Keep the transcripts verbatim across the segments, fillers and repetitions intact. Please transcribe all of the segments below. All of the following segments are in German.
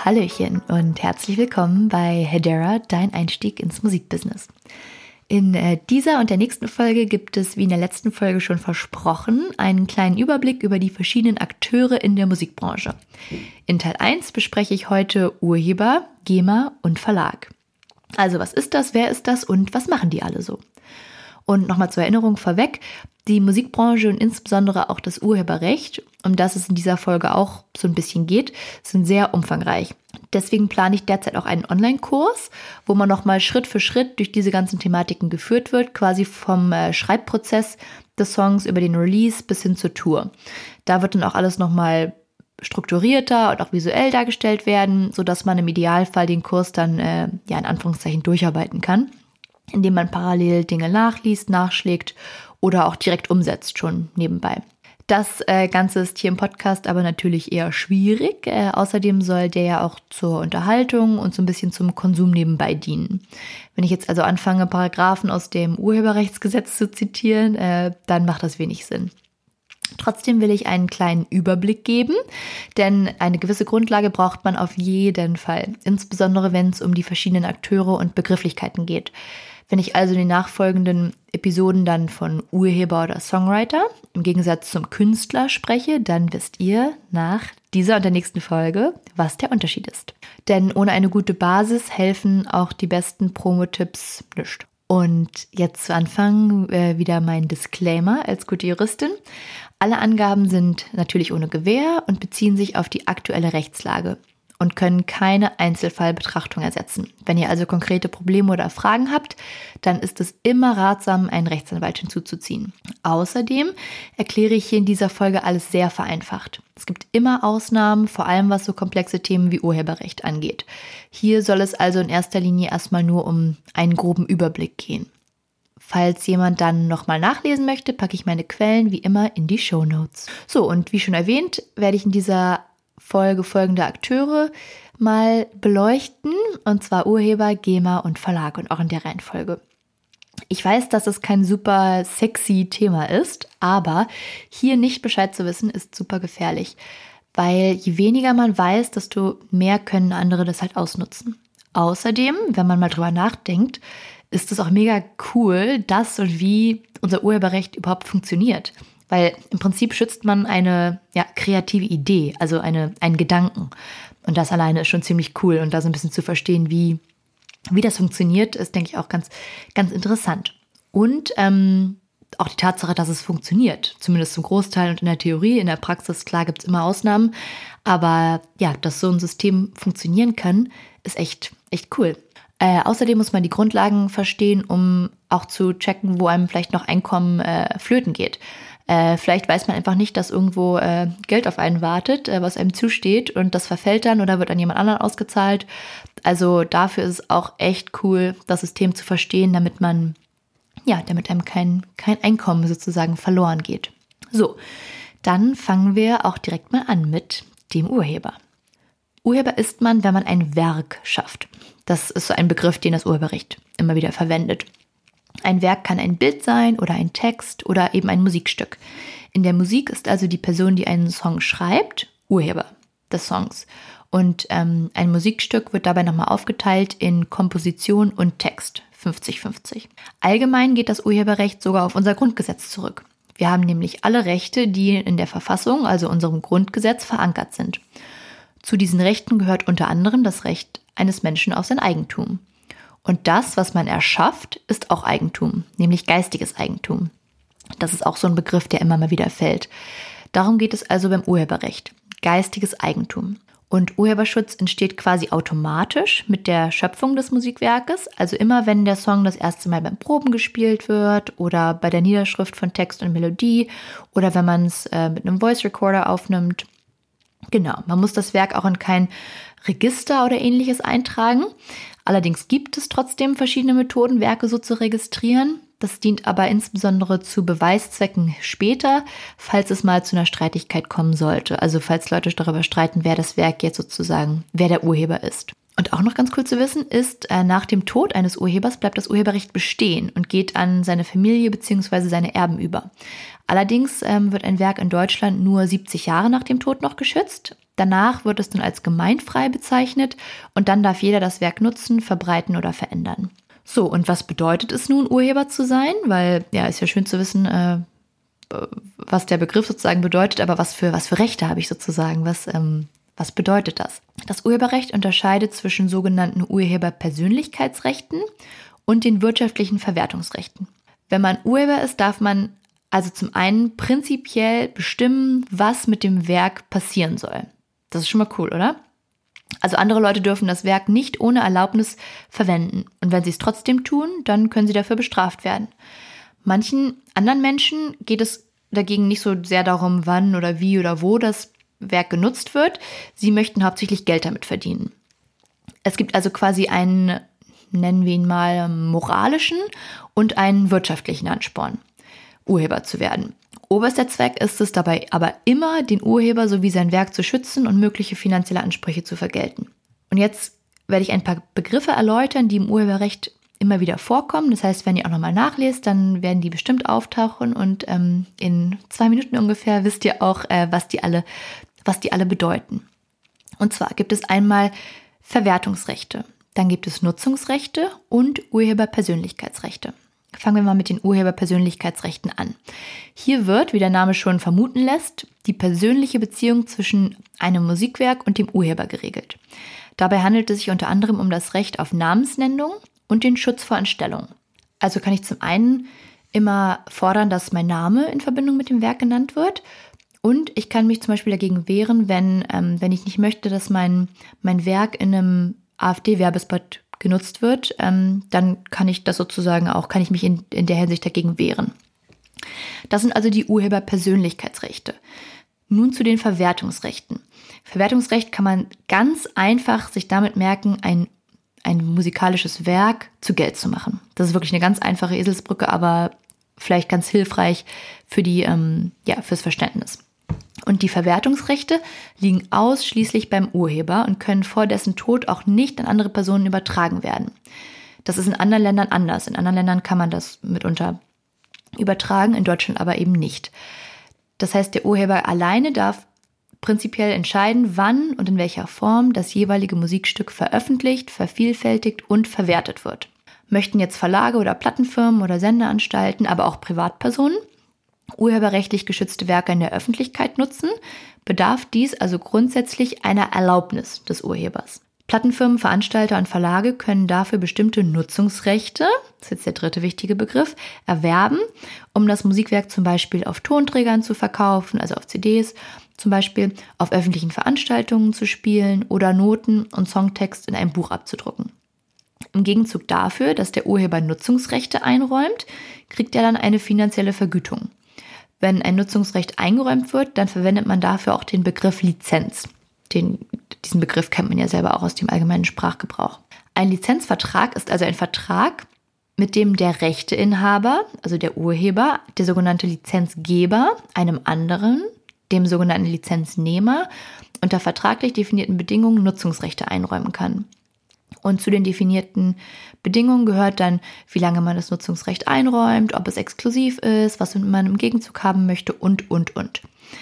Hallöchen und herzlich willkommen bei Hedera, dein Einstieg ins Musikbusiness. In äh, dieser und der nächsten Folge gibt es, wie in der letzten Folge schon versprochen, einen kleinen Überblick über die verschiedenen Akteure in der Musikbranche. In Teil eins bespreche ich heute Urheber, GEMA und Verlag. Also was ist das, wer ist das und was machen die alle so? Und nochmal zur Erinnerung vorweg, die Musikbranche und insbesondere auch das Urheberrecht, um das es in dieser Folge auch so ein bisschen geht, sind sehr umfangreich. Deswegen plane ich derzeit auch einen Online-Kurs, wo man nochmal Schritt für Schritt durch diese ganzen Thematiken geführt wird, quasi vom äh, Schreibprozess des Songs über den Release bis hin zur Tour. Da wird dann auch alles nochmal strukturierter und auch visuell dargestellt werden, sodass man im Idealfall den Kurs dann äh, ja in Anführungszeichen durcharbeiten kann, indem man parallel Dinge nachliest, nachschlägt oder auch direkt umsetzt schon nebenbei. Das äh, Ganze ist hier im Podcast aber natürlich eher schwierig. Äh, außerdem soll der ja auch zur Unterhaltung und so ein bisschen zum Konsum nebenbei dienen. Wenn ich jetzt also anfange, Paragraphen aus dem Urheberrechtsgesetz zu zitieren, äh, dann macht das wenig Sinn. Trotzdem will ich einen kleinen Überblick geben, denn eine gewisse Grundlage braucht man auf jeden Fall, insbesondere wenn es um die verschiedenen Akteure und Begrifflichkeiten geht. Wenn ich also in den nachfolgenden Episoden dann von Urheber oder Songwriter im Gegensatz zum Künstler spreche, dann wisst ihr nach dieser und der nächsten Folge, was der Unterschied ist. Denn ohne eine gute Basis helfen auch die besten Promo-Tipps nicht. Und jetzt zu Anfang äh, wieder mein Disclaimer als gute Juristin. Alle Angaben sind natürlich ohne Gewähr und beziehen sich auf die aktuelle Rechtslage und können keine Einzelfallbetrachtung ersetzen. Wenn ihr also konkrete Probleme oder Fragen habt, dann ist es immer ratsam, einen Rechtsanwalt hinzuzuziehen. Außerdem erkläre ich hier in dieser Folge alles sehr vereinfacht. Es gibt immer Ausnahmen, vor allem was so komplexe Themen wie Urheberrecht angeht. Hier soll es also in erster Linie erstmal nur um einen groben Überblick gehen. Falls jemand dann nochmal nachlesen möchte, packe ich meine Quellen wie immer in die Shownotes. So, und wie schon erwähnt, werde ich in dieser Folge folgende Akteure mal beleuchten, und zwar Urheber, GEMA und Verlag und auch in der Reihenfolge. Ich weiß, dass es kein super sexy Thema ist, aber hier nicht Bescheid zu wissen, ist super gefährlich, weil je weniger man weiß, desto mehr können andere das halt ausnutzen. Außerdem, wenn man mal drüber nachdenkt, ist es auch mega cool, dass und wie unser Urheberrecht überhaupt funktioniert. Weil im Prinzip schützt man eine ja, kreative Idee, also eine, einen Gedanken. Und das alleine ist schon ziemlich cool. Und da so ein bisschen zu verstehen, wie, wie das funktioniert, ist, denke ich, auch ganz, ganz interessant. Und ähm, auch die Tatsache, dass es funktioniert, zumindest zum Großteil und in der Theorie. In der Praxis, klar, gibt es immer Ausnahmen. Aber ja, dass so ein System funktionieren kann, ist echt, echt cool. Äh, außerdem muss man die Grundlagen verstehen, um auch zu checken, wo einem vielleicht noch Einkommen äh, flöten geht. Äh, vielleicht weiß man einfach nicht, dass irgendwo äh, Geld auf einen wartet, äh, was einem zusteht und das verfällt dann oder wird an jemand anderen ausgezahlt. Also dafür ist es auch echt cool, das System zu verstehen, damit man, ja, damit einem kein, kein Einkommen sozusagen verloren geht. So, dann fangen wir auch direkt mal an mit dem Urheber. Urheber ist man, wenn man ein Werk schafft. Das ist so ein Begriff, den das Urheberrecht immer wieder verwendet. Ein Werk kann ein Bild sein oder ein Text oder eben ein Musikstück. In der Musik ist also die Person, die einen Song schreibt, Urheber des Songs. Und ähm, ein Musikstück wird dabei nochmal aufgeteilt in Komposition und Text, fünfzig fünfzig. Allgemein geht das Urheberrecht sogar auf unser Grundgesetz zurück. Wir haben nämlich alle Rechte, die in der Verfassung, also unserem Grundgesetz, verankert sind. Zu diesen Rechten gehört unter anderem das Recht eines Menschen auf sein Eigentum. Und das, was man erschafft, ist auch Eigentum, nämlich geistiges Eigentum. Das ist auch so ein Begriff, der immer mal wieder fällt. Darum geht es also beim Urheberrecht, geistiges Eigentum. Und Urheberschutz entsteht quasi automatisch mit der Schöpfung des Musikwerkes, also immer wenn der Song das erste Mal beim Proben gespielt wird oder bei der Niederschrift von Text und Melodie oder wenn man es äh, mit einem Voice Recorder aufnimmt. Genau, man muss das Werk auch in kein Register oder ähnliches eintragen. Allerdings gibt es trotzdem verschiedene Methoden, Werke so zu registrieren. Das dient aber insbesondere zu Beweiszwecken später, falls es mal zu einer Streitigkeit kommen sollte. Also falls Leute darüber streiten, wer das Werk jetzt sozusagen, wer der Urheber ist. Und auch noch ganz cool zu wissen ist, äh, nach dem Tod eines Urhebers bleibt das Urheberrecht bestehen und geht an seine Familie bzw. seine Erben über. Allerdings ähm, wird ein Werk in Deutschland nur siebzig Jahre nach dem Tod noch geschützt. Danach wird es dann als gemeinfrei bezeichnet und dann darf jeder das Werk nutzen, verbreiten oder verändern. So, und was bedeutet es nun, Urheber zu sein? Weil, ja, ist ja schön zu wissen, äh, was der Begriff sozusagen bedeutet, aber was für, was für Rechte habe ich sozusagen? Was, ähm, was bedeutet das? Das Urheberrecht unterscheidet zwischen sogenannten Urheberpersönlichkeitsrechten und den wirtschaftlichen Verwertungsrechten. Wenn man Urheber ist, darf man also zum einen prinzipiell bestimmen, was mit dem Werk passieren soll. Das ist schon mal cool, oder? Also andere Leute dürfen das Werk nicht ohne Erlaubnis verwenden. Und wenn sie es trotzdem tun, dann können sie dafür bestraft werden. Manchen anderen Menschen geht es dagegen nicht so sehr darum, wann oder wie oder wo das Werk genutzt wird. Sie möchten hauptsächlich Geld damit verdienen. Es gibt also quasi einen, nennen wir ihn mal, moralischen und einen wirtschaftlichen Ansporn, Urheber zu werden. Oberster Zweck ist es dabei aber immer, den Urheber sowie sein Werk zu schützen und mögliche finanzielle Ansprüche zu vergelten. Und jetzt werde ich ein paar Begriffe erläutern, die im Urheberrecht immer wieder vorkommen. Das heißt, wenn ihr auch nochmal nachlest, dann werden die bestimmt auftauchen und ähm, in zwei Minuten ungefähr wisst ihr auch, äh, was die alle, was die alle bedeuten. Und zwar gibt es einmal Verwertungsrechte, dann gibt es Nutzungsrechte und Urheberpersönlichkeitsrechte. Fangen wir mal mit den Urheberpersönlichkeitsrechten an. Hier wird, wie der Name schon vermuten lässt, die persönliche Beziehung zwischen einem Musikwerk und dem Urheber geregelt. Dabei handelt es sich unter anderem um das Recht auf Namensnennung und den Schutz vor Entstellung. Also kann ich zum einen immer fordern, dass mein Name in Verbindung mit dem Werk genannt wird, und ich kann mich zum Beispiel dagegen wehren, wenn, ähm, wenn ich nicht möchte, dass mein, mein Werk in einem AfD-Werbespot genutzt wird, ähm, dann kann ich das sozusagen auch, kann ich mich in, in der Hinsicht dagegen wehren. Das sind also die Urheberpersönlichkeitsrechte. Nun zu den Verwertungsrechten. Verwertungsrecht kann man ganz einfach sich damit merken, ein, ein musikalisches Werk zu Geld zu machen. Das ist wirklich eine ganz einfache Eselsbrücke, aber vielleicht ganz hilfreich für die, ähm, ja, fürs Verständnis. Und die Verwertungsrechte liegen ausschließlich beim Urheber und können vor dessen Tod auch nicht an andere Personen übertragen werden. Das ist in anderen Ländern anders. In anderen Ländern kann man das mitunter übertragen, in Deutschland aber eben nicht. Das heißt, der Urheber alleine darf prinzipiell entscheiden, wann und in welcher Form das jeweilige Musikstück veröffentlicht, vervielfältigt und verwertet wird. Möchten jetzt Verlage oder Plattenfirmen oder Sendeanstalten, aber auch Privatpersonen urheberrechtlich geschützte Werke in der Öffentlichkeit nutzen, bedarf dies also grundsätzlich einer Erlaubnis des Urhebers. Plattenfirmen, Veranstalter und Verlage können dafür bestimmte Nutzungsrechte, das ist jetzt der dritte wichtige Begriff, erwerben, um das Musikwerk zum Beispiel auf Tonträgern zu verkaufen, also auf C Ds, zum Beispiel auf öffentlichen Veranstaltungen zu spielen oder Noten und Songtext in einem Buch abzudrucken. Im Gegenzug dafür, dass der Urheber Nutzungsrechte einräumt, kriegt er dann eine finanzielle Vergütung. Wenn ein Nutzungsrecht eingeräumt wird, dann verwendet man dafür auch den Begriff Lizenz. Den, diesen Begriff kennt man ja selber auch aus dem allgemeinen Sprachgebrauch. Ein Lizenzvertrag ist also ein Vertrag, mit dem der Rechteinhaber, also der Urheber, der sogenannte Lizenzgeber, einem anderen, dem sogenannten Lizenznehmer, unter vertraglich definierten Bedingungen Nutzungsrechte einräumen kann. Und zu den definierten Bedingungen gehört dann, wie lange man das Nutzungsrecht einräumt, ob es exklusiv ist, was man im Gegenzug haben möchte und, und, und.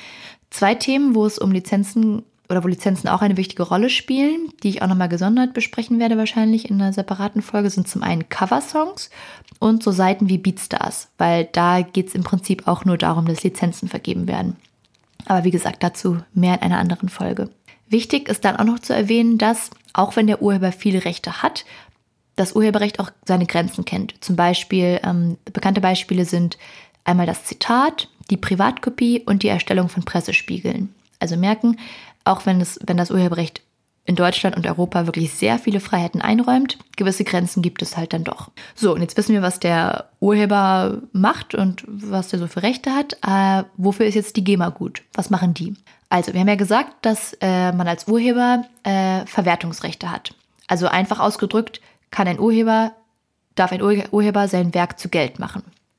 Zwei Themen, wo es um Lizenzen oder wo Lizenzen auch eine wichtige Rolle spielen, die ich auch nochmal gesondert besprechen werde wahrscheinlich in einer separaten Folge, sind zum einen Coversongs und so Seiten wie Beatstars, weil da geht es im Prinzip auch nur darum, dass Lizenzen vergeben werden. Aber wie gesagt, dazu mehr in einer anderen Folge. Wichtig ist dann auch noch zu erwähnen, dass, auch wenn der Urheber viele Rechte hat, das Urheberrecht auch seine Grenzen kennt. Zum Beispiel, ähm, bekannte Beispiele sind einmal das Zitat, die Privatkopie und die Erstellung von Pressespiegeln. Also merken, auch wenn, es, wenn das Urheberrecht in Deutschland und Europa wirklich sehr viele Freiheiten einräumt, gewisse Grenzen gibt es halt dann doch. So, und jetzt wissen wir, was der Urheber macht und was der so für Rechte hat. Äh, wofür ist jetzt die GEMA gut? Was machen die? Also, wir haben ja gesagt, dass äh, man als Urheber äh, Verwertungsrechte hat. Also einfach ausgedrückt, kann ein Urheber, darf ein Ur- Urheber sein Werk zu Geld machen.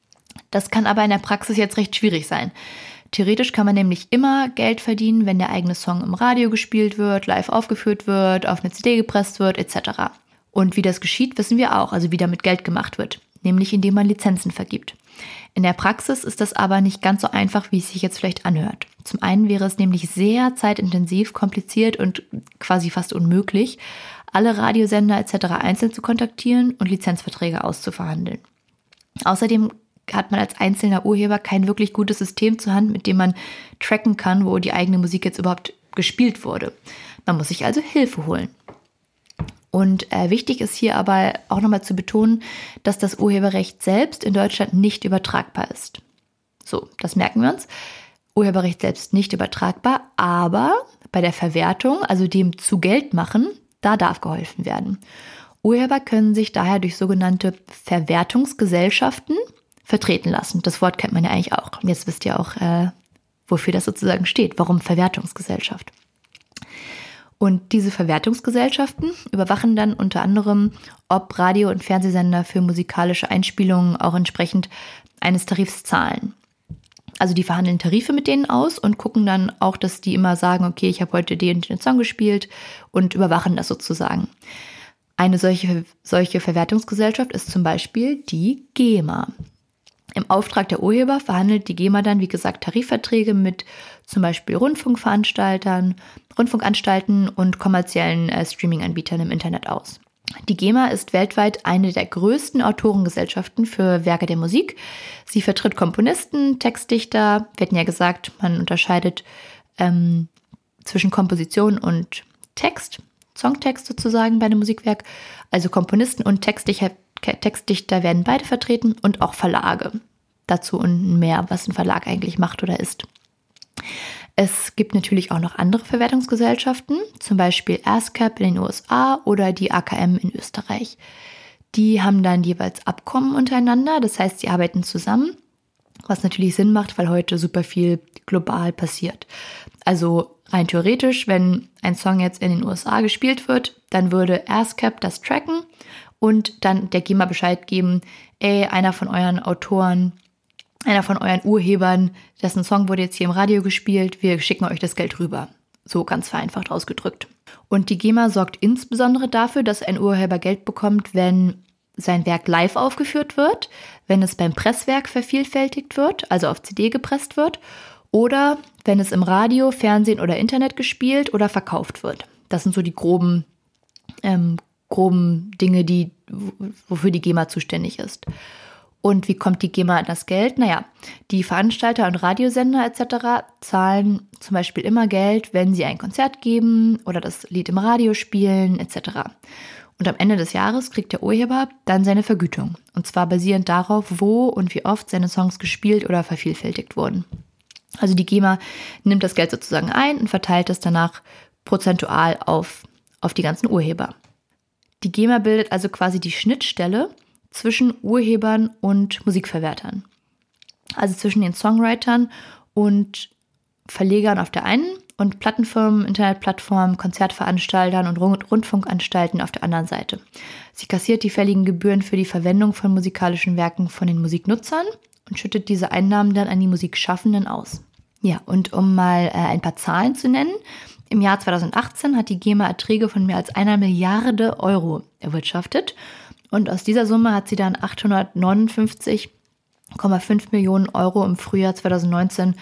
Das kann aber in der Praxis jetzt recht schwierig sein. Theoretisch kann man nämlich immer Geld verdienen, wenn der eigene Song im Radio gespielt wird, live aufgeführt wird, auf eine C D gepresst wird, et cetera. Und wie das geschieht, wissen wir auch, also wie damit Geld gemacht wird, nämlich indem man Lizenzen vergibt. In der Praxis ist das aber nicht ganz so einfach, wie es sich jetzt vielleicht anhört. Zum einen wäre es nämlich sehr zeitintensiv, kompliziert und quasi fast unmöglich, alle Radiosender et cetera einzeln zu kontaktieren und Lizenzverträge auszuverhandeln. Außerdem hat man als einzelner Urheber kein wirklich gutes System zur Hand, mit dem man tracken kann, wo die eigene Musik jetzt überhaupt gespielt wurde. Man muss sich also Hilfe holen. Und äh, wichtig ist hier aber auch nochmal zu betonen, dass das Urheberrecht selbst in Deutschland nicht übertragbar ist. So, das merken wir uns. Urheberrecht selbst nicht übertragbar, aber bei der Verwertung, also dem zu Geld machen, da darf geholfen werden. Urheber können sich daher durch sogenannte Verwertungsgesellschaften vertreten lassen. Das Wort kennt man ja eigentlich auch. Und jetzt wisst ihr auch, äh, wofür das sozusagen steht. Warum Verwertungsgesellschaft? Und diese Verwertungsgesellschaften überwachen dann unter anderem, ob Radio- und Fernsehsender für musikalische Einspielungen auch entsprechend eines Tarifs zahlen. Also die verhandeln Tarife mit denen aus und gucken dann auch, dass die immer sagen, okay, ich habe heute den und den Song gespielt und überwachen das sozusagen. Eine solche, solche Verwertungsgesellschaft ist zum Beispiel die GEMA. Im Auftrag der Urheber verhandelt die GEMA dann, wie gesagt, Tarifverträge mit zum Beispiel Rundfunkveranstaltern, Rundfunkanstalten und kommerziellen äh, Streaming-Anbietern im Internet aus. Die GEMA ist weltweit eine der größten Autorengesellschaften für Werke der Musik. Sie vertritt Komponisten, Textdichter. Wir hatten ja gesagt, man unterscheidet ähm, zwischen Komposition und Text, Songtext sozusagen bei einem Musikwerk. Also Komponisten und Textdichter, Textdichter werden beide vertreten und auch Verlage. Dazu unten mehr, was ein Verlag eigentlich macht oder ist. Es gibt natürlich auch noch andere Verwertungsgesellschaften, zum Beispiel ASCAP in den U S A oder die A K M in Österreich. Die haben dann jeweils Abkommen untereinander, das heißt, sie arbeiten zusammen, was natürlich Sinn macht, weil heute super viel global passiert. Also rein theoretisch, wenn ein Song jetzt in den U S A gespielt wird, dann würde ASCAP das tracken und dann der GEMA Bescheid geben, ey, einer von euren Autoren, einer von euren Urhebern, dessen Song wurde jetzt hier im Radio gespielt, wir schicken euch das Geld rüber. So ganz vereinfacht ausgedrückt. Und die GEMA sorgt insbesondere dafür, dass ein Urheber Geld bekommt, wenn sein Werk live aufgeführt wird, wenn es beim Presswerk vervielfältigt wird, also auf C D gepresst wird, oder wenn es im Radio, Fernsehen oder Internet gespielt oder verkauft wird. Das sind so die groben, ähm, groben Dinge, die, wofür die GEMA zuständig ist. Und wie kommt die GEMA an das Geld? Naja, die Veranstalter und Radiosender et cetera zahlen zum Beispiel immer Geld, wenn sie ein Konzert geben oder das Lied im Radio spielen et cetera. Und am Ende des Jahres kriegt der Urheber dann seine Vergütung. Und zwar basierend darauf, wo und wie oft seine Songs gespielt oder vervielfältigt wurden. Also die GEMA nimmt das Geld sozusagen ein und verteilt es danach prozentual auf, auf die ganzen Urheber. Die GEMA bildet also quasi die Schnittstelle zwischen Urhebern und Musikverwertern. Also zwischen den Songwritern und Verlegern auf der einen und Plattenfirmen, Internetplattformen, Konzertveranstaltern und Rundfunkanstalten auf der anderen Seite. Sie kassiert die fälligen Gebühren für die Verwendung von musikalischen Werken von den Musiknutzern und schüttet diese Einnahmen dann an die Musikschaffenden aus. Ja, und um mal äh, ein paar Zahlen zu nennen, im Jahr zweitausendachtzehn hat die GEMA Erträge von mehr als einer Milliarde Euro erwirtschaftet. Und aus dieser Summe hat sie dann achthundertneunundfünfzig Komma fünf Millionen Euro im Frühjahr zweitausendneunzehn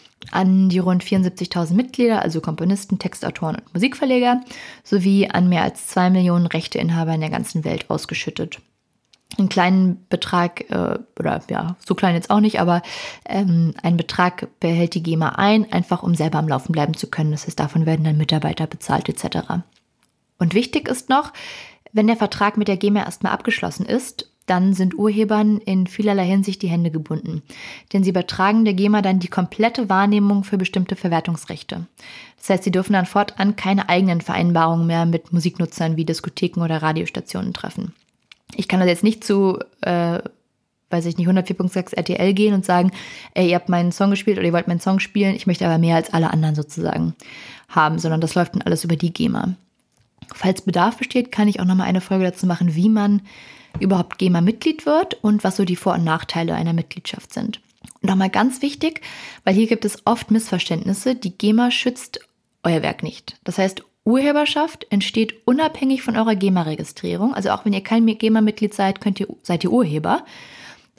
an die rund vierundsiebzigtausend Mitglieder, also Komponisten, Textautoren und Musikverleger, sowie an mehr als zwei Millionen Rechteinhaber in der ganzen Welt ausgeschüttet. Einen kleinen Betrag, äh, oder ja, so klein jetzt auch nicht, aber ähm, einen Betrag behält die GEMA ein, einfach um selber am Laufen bleiben zu können. Das heißt, davon werden dann Mitarbeiter bezahlt et cetera. Und wichtig ist noch, wenn der Vertrag mit der GEMA erstmal abgeschlossen ist, dann sind Urhebern in vielerlei Hinsicht die Hände gebunden. Denn sie übertragen der GEMA dann die komplette Wahrnehmung für bestimmte Verwertungsrechte. Das heißt, sie dürfen dann fortan keine eigenen Vereinbarungen mehr mit Musiknutzern wie Diskotheken oder Radiostationen treffen. Ich kann das jetzt nicht zu, äh, weiß ich nicht, hundertvier Komma sechs R T L gehen und sagen, ey, ihr habt meinen Song gespielt oder ihr wollt meinen Song spielen, ich möchte aber mehr als alle anderen sozusagen haben, sondern das läuft dann alles über die GEMA. Falls Bedarf besteht, kann ich auch nochmal eine Folge dazu machen, wie man überhaupt GEMA-Mitglied wird und was so die Vor- und Nachteile einer Mitgliedschaft sind. Und nochmal ganz wichtig, weil hier gibt es oft Missverständnisse, die GEMA schützt euer Werk nicht. Das heißt, Urheberschaft entsteht unabhängig von eurer GEMA-Registrierung. Also auch wenn ihr kein GEMA-Mitglied seid, könnt ihr, seid ihr Urheber.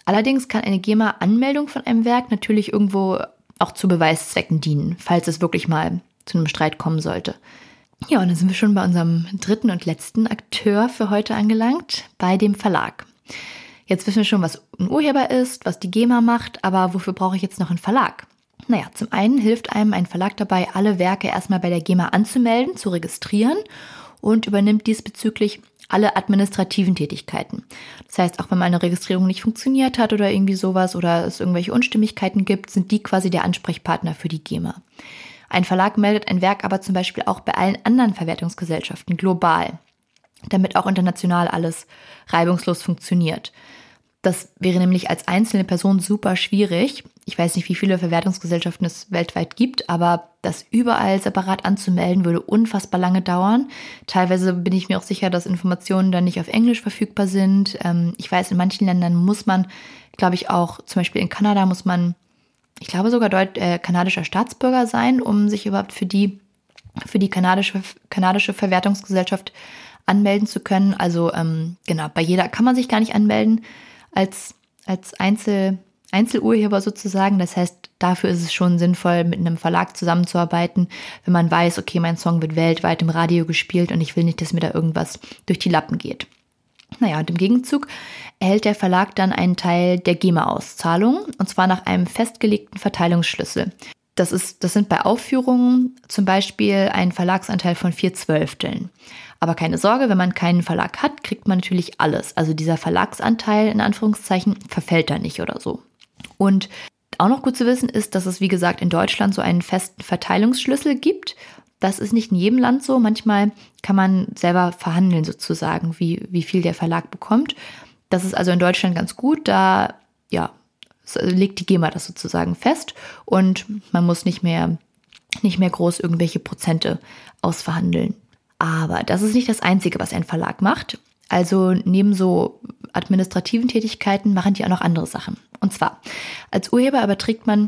Allerdings kann eine GEMA-Anmeldung von einem Werk natürlich irgendwo auch zu Beweiszwecken dienen, falls es wirklich mal zu einem Streit kommen sollte. Ja, und dann sind wir schon bei unserem dritten und letzten Akteur für heute angelangt, bei dem Verlag. Jetzt wissen wir schon, was ein Urheber ist, was die GEMA macht, aber wofür brauche ich jetzt noch einen Verlag? Naja, zum einen hilft einem ein Verlag dabei, alle Werke erstmal bei der GEMA anzumelden, zu registrieren und übernimmt diesbezüglich alle administrativen Tätigkeiten. Das heißt, auch wenn mal eine Registrierung nicht funktioniert hat oder irgendwie sowas oder es irgendwelche Unstimmigkeiten gibt, sind die quasi der Ansprechpartner für die GEMA. Ein Verlag meldet ein Werk aber zum Beispiel auch bei allen anderen Verwertungsgesellschaften global, damit auch international alles reibungslos funktioniert. Das wäre nämlich als einzelne Person super schwierig. Ich weiß nicht, wie viele Verwertungsgesellschaften es weltweit gibt, aber das überall separat anzumelden, würde unfassbar lange dauern. Teilweise bin ich mir auch sicher, dass Informationen dann nicht auf Englisch verfügbar sind. Ich weiß, in manchen Ländern muss man, glaube ich auch, zum Beispiel in Kanada muss man, ich glaube sogar deut- äh, kanadischer Staatsbürger sein, um sich überhaupt für die, für die kanadische, kanadische Verwertungsgesellschaft anmelden zu können. Also ähm, genau, bei jeder kann man sich gar nicht anmelden als, als Einzel, Einzelurheber sozusagen. Das heißt, dafür ist es schon sinnvoll, mit einem Verlag zusammenzuarbeiten, wenn man weiß, okay, mein Song wird weltweit im Radio gespielt und ich will nicht, dass mir da irgendwas durch die Lappen geht. Naja, und im Gegenzug erhält der Verlag dann einen Teil der GEMA-Auszahlung, und zwar nach einem festgelegten Verteilungsschlüssel. Das ist, das sind bei Aufführungen zum Beispiel ein Verlagsanteil von vier Zwölfteln. Aber keine Sorge, wenn man keinen Verlag hat, kriegt man natürlich alles. Also dieser Verlagsanteil in Anführungszeichen verfällt da nicht oder so. Und auch noch gut zu wissen ist, dass es wie gesagt in Deutschland so einen festen Verteilungsschlüssel gibt. Das ist nicht in jedem Land so. Manchmal kann man selber verhandeln sozusagen, wie, wie viel der Verlag bekommt. Das ist also in Deutschland ganz gut. Da ja, legt die GEMA das sozusagen fest und man muss nicht mehr, nicht mehr groß irgendwelche Prozente ausverhandeln. Aber das ist nicht das Einzige, was ein Verlag macht. Also neben so administrativen Tätigkeiten machen die auch noch andere Sachen. Und zwar, als Urheber überträgt man,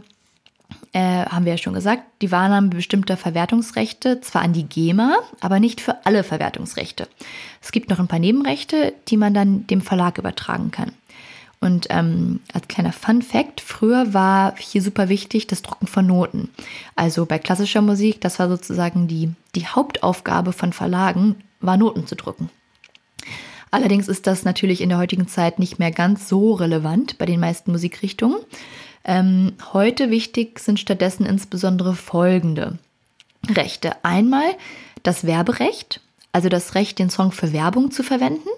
äh, haben wir ja schon gesagt, die Wahrnahme bestimmter Verwertungsrechte zwar an die GEMA, aber nicht für alle Verwertungsrechte. Es gibt noch ein paar Nebenrechte, die man dann dem Verlag übertragen kann. Und ähm, als kleiner Fun-Fact, früher war hier super wichtig das Drucken von Noten. Also bei klassischer Musik, das war sozusagen die, die Hauptaufgabe von Verlagen, war Noten zu drucken. Allerdings ist das natürlich in der heutigen Zeit nicht mehr ganz so relevant bei den meisten Musikrichtungen. Ähm, heute wichtig sind stattdessen insbesondere folgende Rechte. Einmal das Werberecht, also das Recht, den Song für Werbung zu verwenden.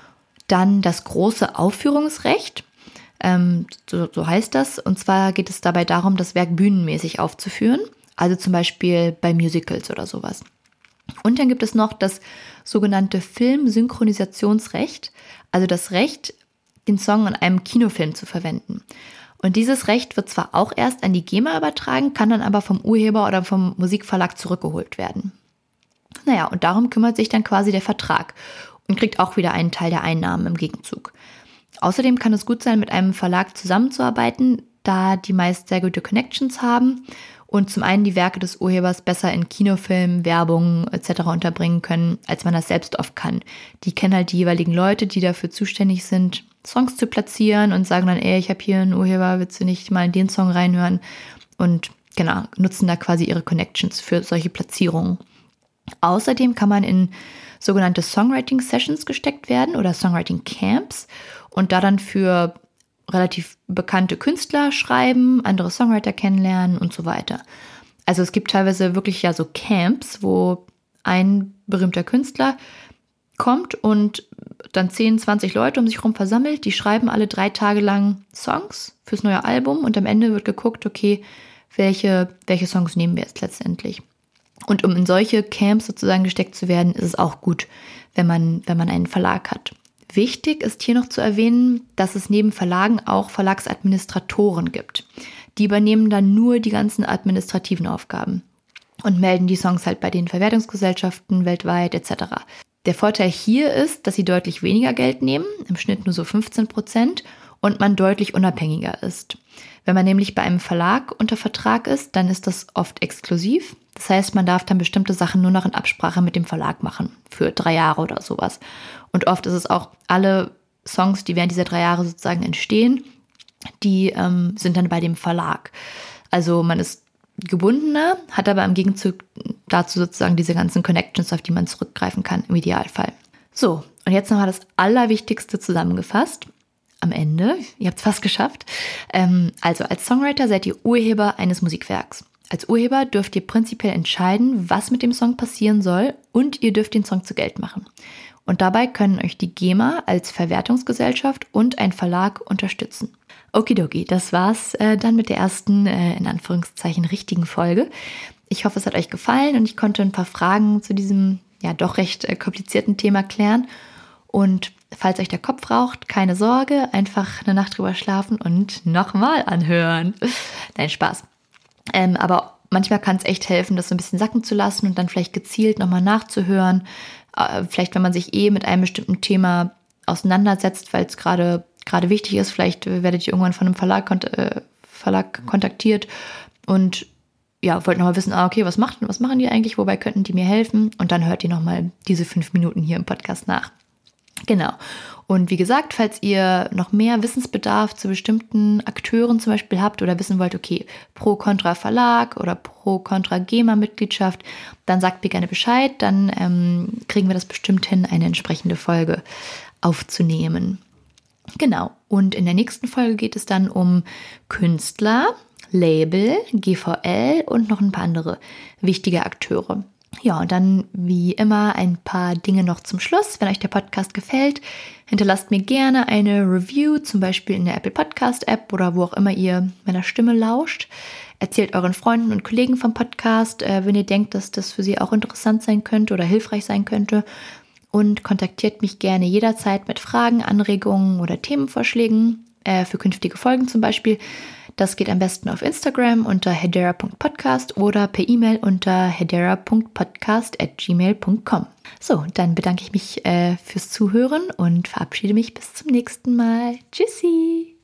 Dann das große Aufführungsrecht, ähm, so, so heißt das. Und zwar geht es dabei darum, das Werk bühnenmäßig aufzuführen, also zum Beispiel bei Musicals oder sowas. Und dann gibt es noch das sogenannte Filmsynchronisationsrecht, also das Recht, den Song in einem Kinofilm zu verwenden. Und dieses Recht wird zwar auch erst an die GEMA übertragen, kann dann aber vom Urheber oder vom Musikverlag zurückgeholt werden. Naja, und darum kümmert sich dann quasi der Vertrag und kriegt auch wieder einen Teil der Einnahmen im Gegenzug. Außerdem kann es gut sein, mit einem Verlag zusammenzuarbeiten, da die meist sehr gute Connections haben und zum einen die Werke des Urhebers besser in Kinofilmen, Werbung et cetera unterbringen können, als man das selbst oft kann. Die kennen halt die jeweiligen Leute, die dafür zuständig sind, Songs zu platzieren und sagen dann, ey, ich habe hier einen Urheber, willst du nicht mal in den Song reinhören? Und genau, nutzen da quasi ihre Connections für solche Platzierungen. Außerdem kann man in sogenannte Songwriting-Sessions gesteckt werden oder Songwriting-Camps und da dann für relativ bekannte Künstler schreiben, andere Songwriter kennenlernen und so weiter. Also es gibt teilweise wirklich ja so Camps, wo ein berühmter Künstler kommt und dann zehn, zwanzig Leute um sich herum versammelt, die schreiben alle drei Tage lang Songs fürs neue Album und am Ende wird geguckt, okay, welche, welche Songs nehmen wir jetzt letztendlich. Und um in solche Camps sozusagen gesteckt zu werden, ist es auch gut, wenn man, wenn man einen Verlag hat. Wichtig ist hier noch zu erwähnen, dass es neben Verlagen auch Verlagsadministratoren gibt. Die übernehmen dann nur die ganzen administrativen Aufgaben und melden die Songs halt bei den Verwertungsgesellschaften weltweit et cetera. Der Vorteil hier ist, dass sie deutlich weniger Geld nehmen, im Schnitt nur so fünfzehn Prozent, und man deutlich unabhängiger ist. Wenn man nämlich bei einem Verlag unter Vertrag ist, dann ist das oft exklusiv. Das heißt, man darf dann bestimmte Sachen nur noch in Absprache mit dem Verlag machen, für drei Jahre oder sowas. Und oft ist es auch alle Songs, die während dieser drei Jahre sozusagen entstehen, die ähm, sind dann bei dem Verlag. Also man ist gebundener, hat aber im Gegenzug dazu sozusagen diese ganzen Connections, auf die man zurückgreifen kann, im Idealfall. So, und jetzt nochmal das Allerwichtigste zusammengefasst. Am Ende, ihr habt es fast geschafft. Ähm, also als Songwriter seid ihr Urheber eines Musikwerks. Als Urheber dürft ihr prinzipiell entscheiden, was mit dem Song passieren soll, und ihr dürft den Song zu Geld machen. Und dabei können euch die GEMA als Verwertungsgesellschaft und ein Verlag unterstützen. Okidoki, das war's äh, dann mit der ersten, äh, in Anführungszeichen, richtigen Folge. Ich hoffe, es hat euch gefallen und ich konnte ein paar Fragen zu diesem ja doch recht äh, komplizierten Thema klären. Und falls euch der Kopf raucht, keine Sorge, einfach eine Nacht drüber schlafen und nochmal anhören. Nein, Spaß. Ähm, aber manchmal kann es echt helfen, das so ein bisschen sacken zu lassen und dann vielleicht gezielt nochmal nachzuhören. Äh, vielleicht, wenn man sich eh mit einem bestimmten Thema auseinandersetzt, weil es gerade gerade wichtig ist, vielleicht werdet ihr irgendwann von einem Verlag, kont- äh, Verlag kontaktiert und ja, wollt nochmal wissen, ah, okay, was, macht, was machen die eigentlich, wobei könnten die mir helfen? Und dann hört ihr nochmal diese fünf Minuten hier im Podcast nach. Genau. Und wie gesagt, falls ihr noch mehr Wissensbedarf zu bestimmten Akteuren zum Beispiel habt oder wissen wollt, okay, pro kontra Verlag oder pro kontra GEMA-Mitgliedschaft, dann sagt mir gerne Bescheid, dann ähm, kriegen wir das bestimmt hin, eine entsprechende Folge aufzunehmen. Genau. Und in der nächsten Folge geht es dann um Künstler, Label, G V L und noch ein paar andere wichtige Akteure. Ja, und dann wie immer ein paar Dinge noch zum Schluss. Wenn euch der Podcast gefällt, hinterlasst mir gerne eine Review, zum Beispiel in der Apple Podcast App oder wo auch immer ihr meiner Stimme lauscht. Erzählt euren Freunden und Kollegen vom Podcast, äh, wenn ihr denkt, dass das für sie auch interessant sein könnte oder hilfreich sein könnte. Und kontaktiert mich gerne jederzeit mit Fragen, Anregungen oder Themenvorschlägen äh, für künftige Folgen zum Beispiel. Das geht am besten auf Instagram unter hedera punkt podcast oder per E-Mail unter hedera punkt podcast at gmail punkt com. So, dann bedanke ich mich äh, fürs Zuhören und verabschiede mich bis zum nächsten Mal. Tschüssi!